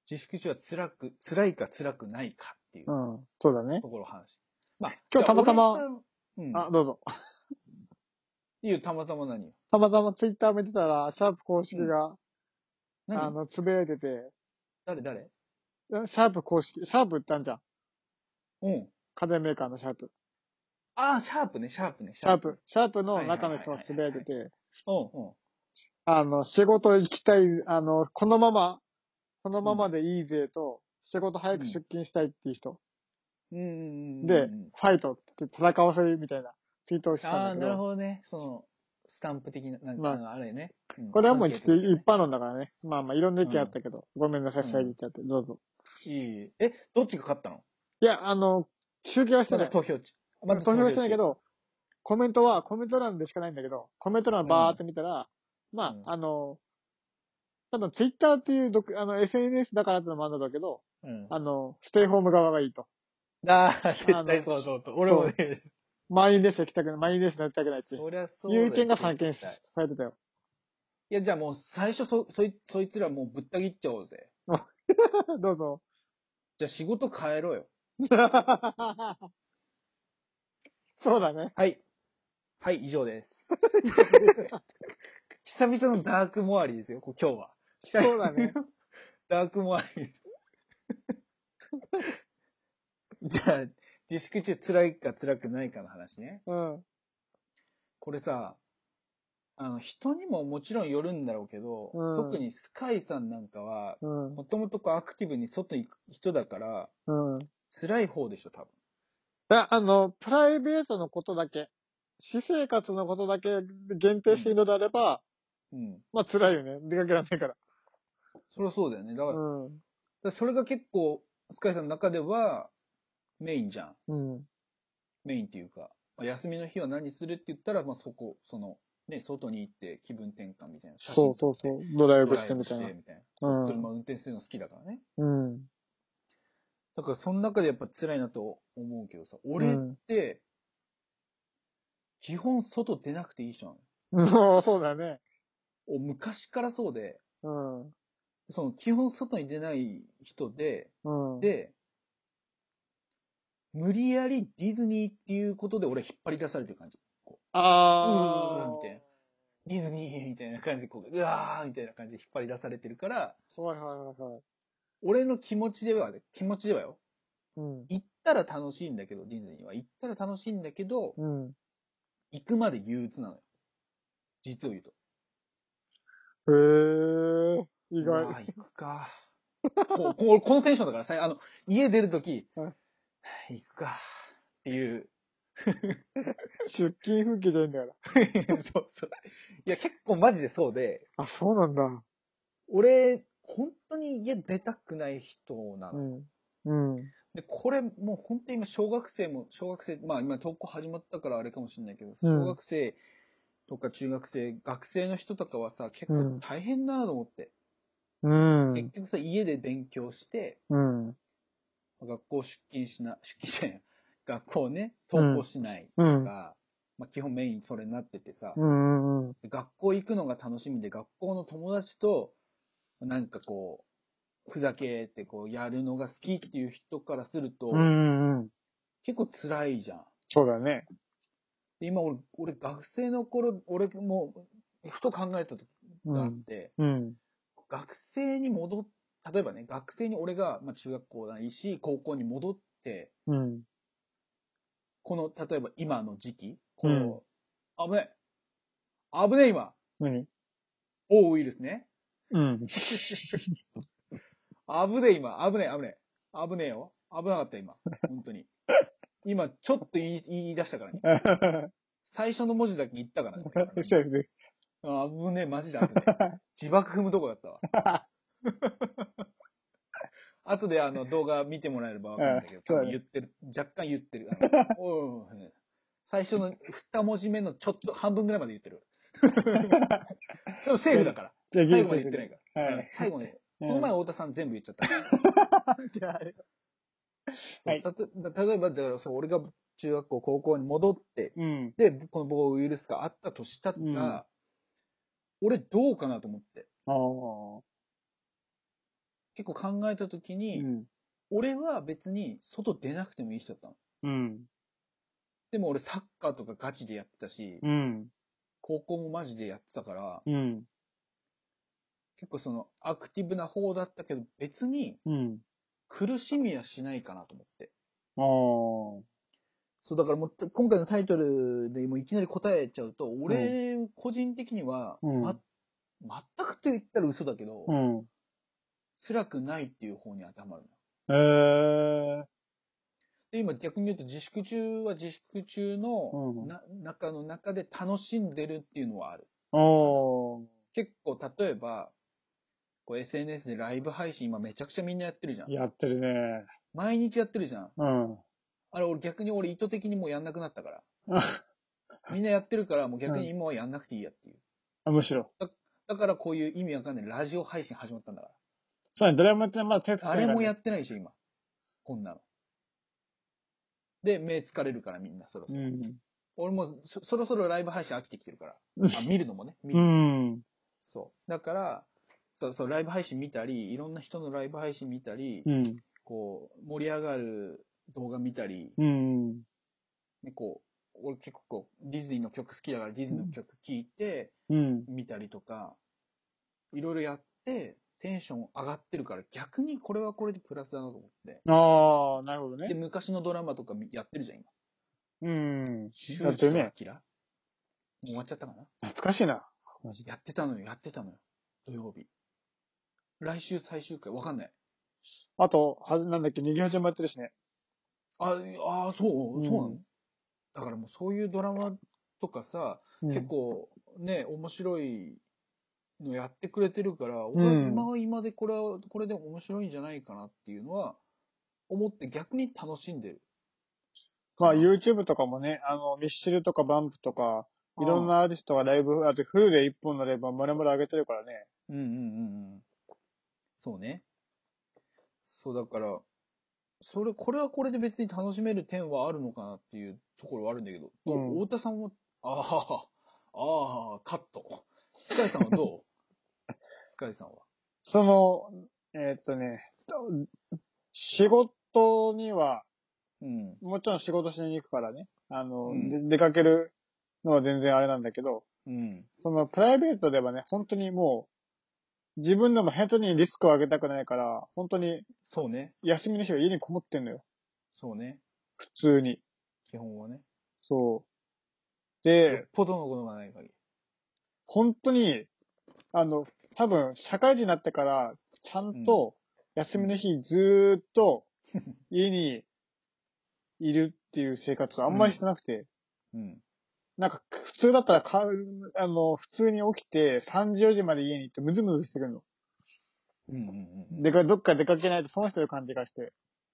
自粛中は辛いか辛くないかっていうそうだねと。ころを話。まあ、 今日たまたま、どうぞ。 たまたま何よ。 たまたまツイッター見てたら、シャープ公式が、つぶやいてて。 誰シャープ公式、シャープってあんじゃん。家電メーカーのシャープ。 シャープね。 シャープの中の人がつぶやいてて。仕事行きたい、このままでいいぜと、仕事早く出勤したいっていう人。で、ファイトって戦わせるみたいなツイートをしてたんだけど。 なるほどね。スタンプ的な、あれね。 これはもう一般論だからね。まあいろんな意見あったけど、ごめんなさい、遮っちゃって、どうぞ。 どっちが勝ったの？ いや、集計はしてない。 まだ投票してないけど、コメント欄でしかないんだけど、コメント欄バーって見たら、多分ツイッターっていうSNS だからってのもあるんだけど、ステイホーム側がいいと。 絶対そう。俺もね。 満員電車行きたくない、満員電車乗りたくないって。 そりゃそういう意見が散見されてたよ。 いや、じゃあもう最初そいつらもうぶった切っちゃおうぜ。 どうぞ。 じゃあ仕事変えろよ。 そうだね。 はい、以上です。久々のダークモアリーですよ、今日は。 そうだね。 ダークモアリー。じゃあ、自粛中辛いか辛くないかの話ね。これさ、人にももちろんよるんだろうけど、特にスカイさんなんかは、もともとアクティブに外行く人だから、辛い方でしょ、多分。 プライベートのことだけ、私生活のことだけ限定しているのであれば、まあ辛いよね。出かけられないから。 そりゃそうだよね。だから、それが結構、スカイさんの中では、メインじゃん。メインっていうか、休みの日は何するって言ったら、外に行って気分転換みたいな。 そう。ドライブしてみたいな。 車運転するの好きだからね。だから、その中でやっぱ辛いなと思うけどさ、俺って、基本外出なくていい人なの。そうだね。 昔からそうで、基本外に出ない人で、で、無理やりディズニーっていうことで俺引っ張り出されてる感じ。みたいな。ディズニーみたいな感じで、うわーみたいな感じで引っ張り出されてるから、俺の気持ちではよ。行ったら楽しいんだけど、ディズニーは。行ったら楽しいんだけど、行くまで憂鬱なのよ。実を言うと。 意外。 行くか。このテンションだからさ、家出るとき、行くか。っていう。 出勤風景じゃないんだから。 そう。いや、結構マジでそうで。 そうなんだ。 俺、本当に家出たくない人なの。で、これもう本当に今小学生、まあ今登校始まったからあれかもしれないけど、小学生とか中学生、学生の人とかはさ、結構大変だなと思って。結局さ、家で勉強して、学校出勤じゃない、学校ね、登校しないとか、まあ基本メインそれになっててさ、学校行くのが楽しみで、学校の友達と、なんかこう、ふざけてやるのが好きっていう人からすると、結構辛いじゃん。 そうだね。 で今俺学生の頃、俺もふと考えた時があって、学生に例えばね、学生に俺が、まあ、中学校ないし、高校に戻って、例えば今の時期、危ねえ今。ウイルスね。危ねえ今。危ねえよ。危なかった今。本当に。今、ちょっと言い出したからね。最初の文字だけ言ったからね。危ねえ、マジで危ねえ。自爆踏むとこだったわ。後で動画見てもらえればわかるんだけど、多分若干言ってる。最初の2文字目のちょっと半分ぐらいまで言ってる。でもセーフだから。最後まで言ってないから。最後に。この前太田さん全部言っちゃった。例えば、だから俺が中学校、高校に戻って、で、この某ウイルスがあったとしたら、俺どうかなと思って。 結構考えたときに、俺は別に外出なくてもいい人だったの。でも俺サッカーとかガチでやってたし、高校もマジでやってたから、結構そのアクティブな方だったけど、別に苦しみはしないかなと思って。そう、だからもう今回のタイトルでもういきなり答えちゃうと、俺個人的には、全くと言ったら嘘だけど、辛くないっていう方に当てはまるの。で、今逆に言うと自粛中は自粛中の、中で楽しんでるっていうのはある。結構例えば、こう SNS でライブ配信今めちゃくちゃみんなやってるじゃん。 やってるね。 毎日やってるじゃん。あれ俺逆に俺意図的にもうやんなくなったから。みんなやってるからもう逆に今はやんなくていいやっていう。 むしろ。 だからこういう意味わかんないラジオ配信始まったんだから。 そうね、ドラマってまだ手つけないからね。 あれもやってないでしょ、今。こんなの。で、目疲れるからみんなそろそろ。俺もそろそろライブ配信飽きてきてるから。見るのもね。見る。そう。だから、そう、ライブ配信見たり、いろんな人のライブ配信見たり、こう、盛り上がる動画見たり、でこう、俺結構こう、ディズニーの曲好きだからディズニーの曲聴いて、見たりとか、いろいろやって、テンション上がってるから、逆にこれはこれでプラスだなと思って。 ああ、なるほどね。 で、昔のドラマとかやってるじゃん、今。 やってるね。 もう終わっちゃったかな。 懐かしいな。 やってたのよ。土曜日。来週最終回、わかんない。 あと、なんだっけ、逃げ恥もやってるしね。 そうなの？だからもうそういうドラマとかさ、結構ね、面白いのやってくれてるから、俺は今は今でこれで面白いんじゃないかなっていうのは、思って逆に楽しんでる。 まあ YouTube とかもね、ミッシェルとかバンプとか、いろんなアーティストがライブ、あとフルで一本のライブを丸々上げてるからね。 そうね。そうだから、これはこれで別に楽しめる点はあるのかなっていうところはあるんだけど、太田さんは、カット。スカイさんはどう？スカイさんは。 仕事には、もちろん仕事しに行くからね。出かけるのは全然あれなんだけど、そのプライベートではね、本当にもう、自分でも本当にリスクを上げたくないから、本当に、 そうね。 休みの日は家にこもってんのよ。 そうね。 普通に。 基本はね。 そう。で、 よっぽどのことがない限り。 本当に、多分、社会人になってから、ちゃんと、休みの日ずーっと、家にいるっていう生活はあんまりしてなくて、なんか、普通だったら普通に起きて、3時4時まで家に行ってムズムズしてくるの。どっか出かけないと損してる感じがして。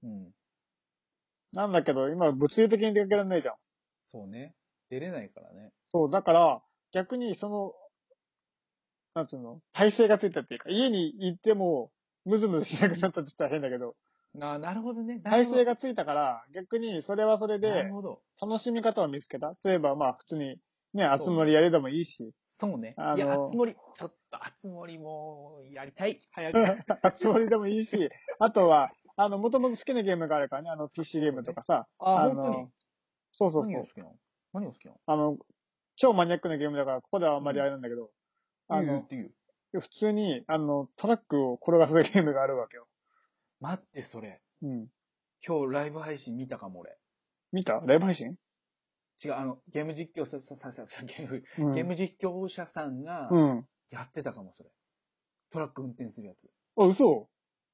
なんだけど、今物理的に出かけられないじゃん。 そうね。出れないからね。 そう、だから、逆になんつうの、体勢がついたっていうか、家に行っても、ムズムズしなくなったって言ったら変だけど。 なるほどね。 体勢がついたから、逆にそれはそれで、楽しみ方を見つけた。例えば、まあ、普通に、ね、あつ森やれでもいいし。 そうね。いや、あつ森、ちょっとあつ森もやりたい。早く。 あつ森でもいいし、あとは、もともと好きなゲームがあるからね、PC ゲームとかさ。 本当にそうそうそう。 何が好きなの？ 超マニアックなゲームだから、ここではあんまりあれなんだけど、普通に、トラックを転がすゲームがあるわけよ。 待って、それ。今日ライブ配信見たかも、俺。 見た？ライブ配信？ 違う、ゲーム実況ゲーム実況者さんが、やってたかも、それ。トラック運転するやつ。 あ、嘘？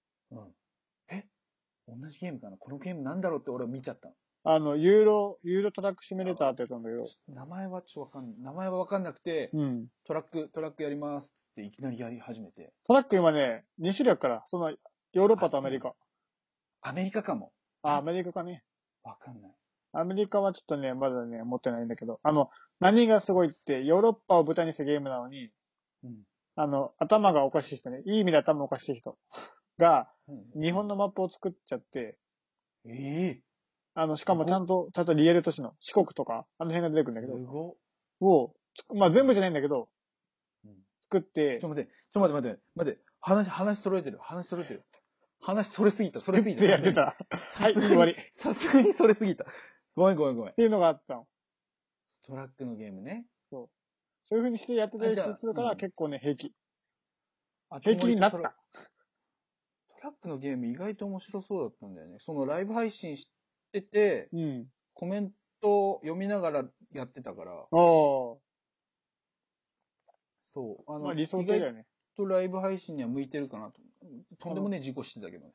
同じゲームかな？このゲームなんだろうって俺見ちゃった。 ユーロトラックシミュレーターってやつなんだけど。 名前はわかんなくて、トラックやりますっていきなりやり始めて。 トラック今ね、2種類あるから、ヨーロッパとアメリカ。 アメリカかも。 アメリカかね。 わかんない。 アメリカはちょっとね、まだね、持ってないんだけど、何がすごいって、ヨーロッパを舞台にしたゲームなのに、頭がおかしい人ね、いい意味で頭おかしい人が、日本のマップを作っちゃって、しかもちゃんとリアル都市の四国とか、あの辺が出てくるんだけど、まあ全部じゃないんだけど、作って、 ちょっと待って。話揃えてる。 話それすぎた。 やってた。はい、終わり。 さすがにそれすぎた。ごめん。 っていうのがあったの。 トラックのゲームね。 そう。そういう風にしてやってたりするから結構ね、平気。平気になった。トラックのゲーム意外と面白そうだったんだよね。そのライブ配信してて、コメント読みながらやってたから。そう。 まあ理想的だよね。 とライブ配信には向いてるかなと。とんでもねえ事故してたけどね。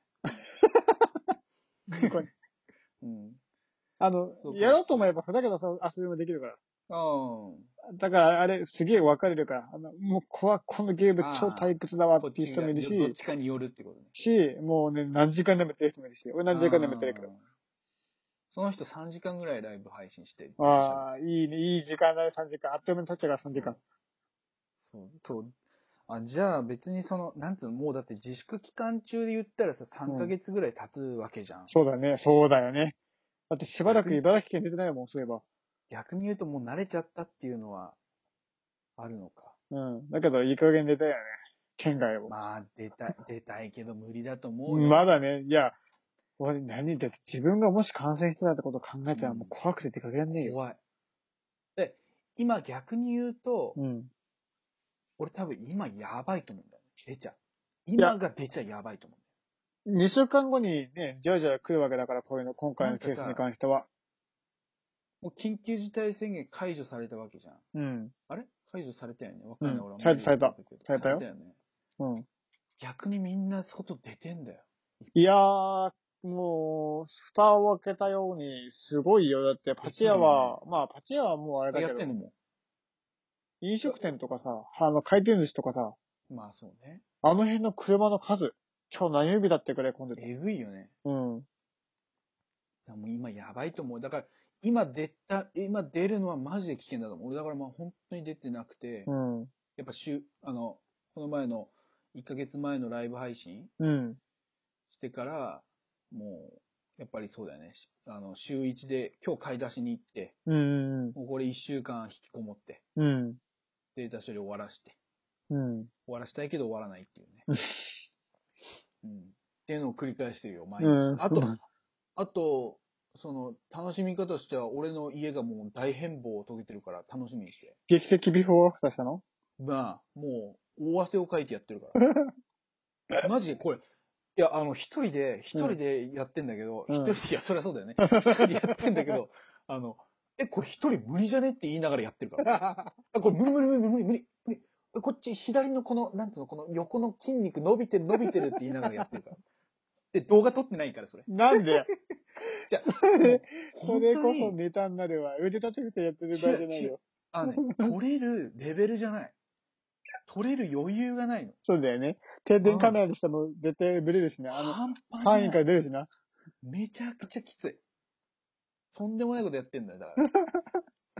事故ね。やろうと思えばふざけた遊びもできるから。だから、あれ、すげえ分かれるから。もう、このゲーム超退屈だわっていう人もいるし。 どっちかによるってことね。 もうね、何時間でもてる人もいるし。俺何時間でもてるけど。 その人3時間ぐらいライブ配信してる。 ああ、いいね。いい時間だね、3時間。あっという間に経っちゃうから3時間。 そう。じゃあ別になんつうの、もうだって自粛期間中で言ったらさ、3ヶ月ぐらい経つわけじゃん。 そうだね。そうだよね。だってしばらく茨城県出てないもん、そういえば。 逆に言うともう慣れちゃったっていうのは、あるのか。 だけど、いい加減出たよね。県外を。 まあ、出たいけど無理だと思うよ。 まだね。いや、俺だって自分がもし感染してたってことを考えたらもう怖くて出かけられねえよ。 怖い。で、今逆に言うと、俺多分今やばいと思うんだよね。出ちゃう。今が出ちゃやばいと思うんだよ。 2週間後にね、じゃあ来るわけだから、こういうの、今回のケースに関しては。 もう緊急事態宣言解除されたわけじゃん。あれ解除されたよね。わかんない、俺は。 されたよ。 逆にみんな外出てんだよ。 いやー、もう、蓋を開けたように、すごいよ。だって、パチ屋は、パチ屋はもうあれだけど。 やってんのも飲食店とかさ、回転寿司とかさ。 まあそうね。 あの辺の車の数。今日何曜日だってくらい混んでた。 えぐいよね。もう今やばいと思う。だから、今出るのはマジで危険だと思う。俺だから本当に出てなくて、やっぱこの前の、1ヶ月前のライブ配信してから、もう、やっぱりそうだよね。週1で今日買い出しに行って、もうこれ1週間引きこもって、データ処理終わらして、終わらしたいけど終わらないっていうね。っていうのを繰り返してるよ、毎日。あと、楽しみ方としては、俺の家がもう大変貌を遂げてるから楽しみにして。 劇的ビフォーアフターしたの？ もう、大汗をかいてやってるから。マジでこれ、いや、一人でやってんだけど、いや、そりゃそうだよね。一人でやってんだけど、これ一人無理じゃねって言いながらやってるから。これ無理。こっち、左のこの横の筋肉伸びてるって言いながらやってるから。で、動画撮ってないから、それ。 なんでじゃそれこそネタになるわ。腕立て伏せやってる場合じゃないよ。 撮れるレベルじゃない。撮れる余裕がないの。 そうだよね。定点カメラにしても絶対ブレるしね。範囲から出るしな。 めちゃくちゃきつい。とんでもないことやってんだよ、だから。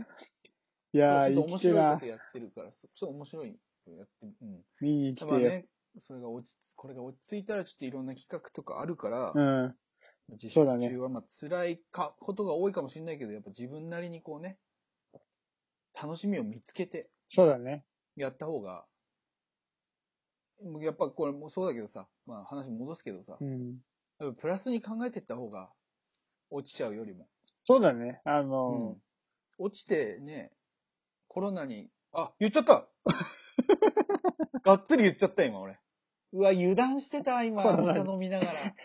いやー、面白いことやってるから、そう面白いことやってる。 見に来てよ。 ね、これが落ち着いたらちょっといろんな企画とかあるから、自粛中は辛いことが多いかもしれないけど、やっぱ自分なりにこうね、楽しみを見つけて、 そうだね。 やった方が、やっぱこれもそうだけどさ、話戻すけどさ、プラスに考えていった方が落ちちゃうよりも。 そうだね。 落ちてね、コロナに、言っちゃったがっつり言っちゃった今俺。うわ、油断してた今、お茶飲みながら。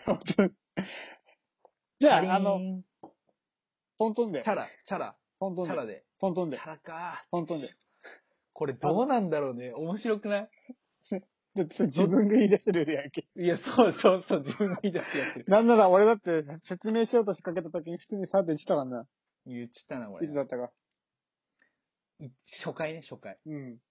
じゃあ、トントンで。 チャラ。 トントンで。 チャラで。 トントンで。 チャラか。 トントンで。 これどうなんだろうね。面白くない自分が言い出してるやんけ。 いや、そう、自分が言い出してやってる。 なんなら俺だって説明しようとしかけた時に普通にさって言ってたからな。 言っちゃったな、俺。 いつだったか。 初回ね、初回。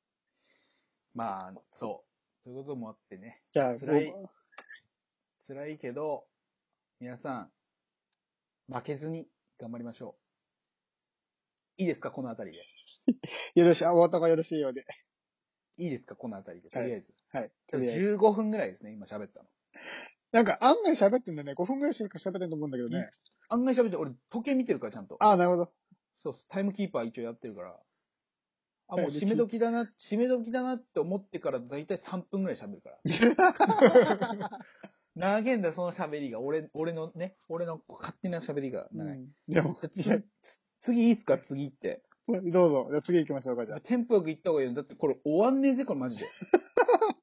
そういうこともあってね。 じゃあ、 辛いけど、皆さん、負けずに頑張りましょう。いいですか、このあたりで。 よろしい、お後がよろしいようで。 いいですか、このあたりで。とりあえず。 はい。 15分ぐらいですね、今喋ったの。 なんか案外喋ってんだね。5分ぐらいしか喋ってんと思うんだけどね。 案外喋って、俺時計見てるからちゃんと。 なるほど。 そう、タイムキーパー一応やってるから。もう締め時だなって思ってからだいたい3分ぐらい喋るから。 長げんだ、その喋りが。俺の勝手な喋りが長い。 でも、 次いいっすか次って。 どうぞ。じゃあ次行きましょうか、じゃあ。 テンポよく行った方がいいよ。だってこれ終わんねえぜ、これマジで。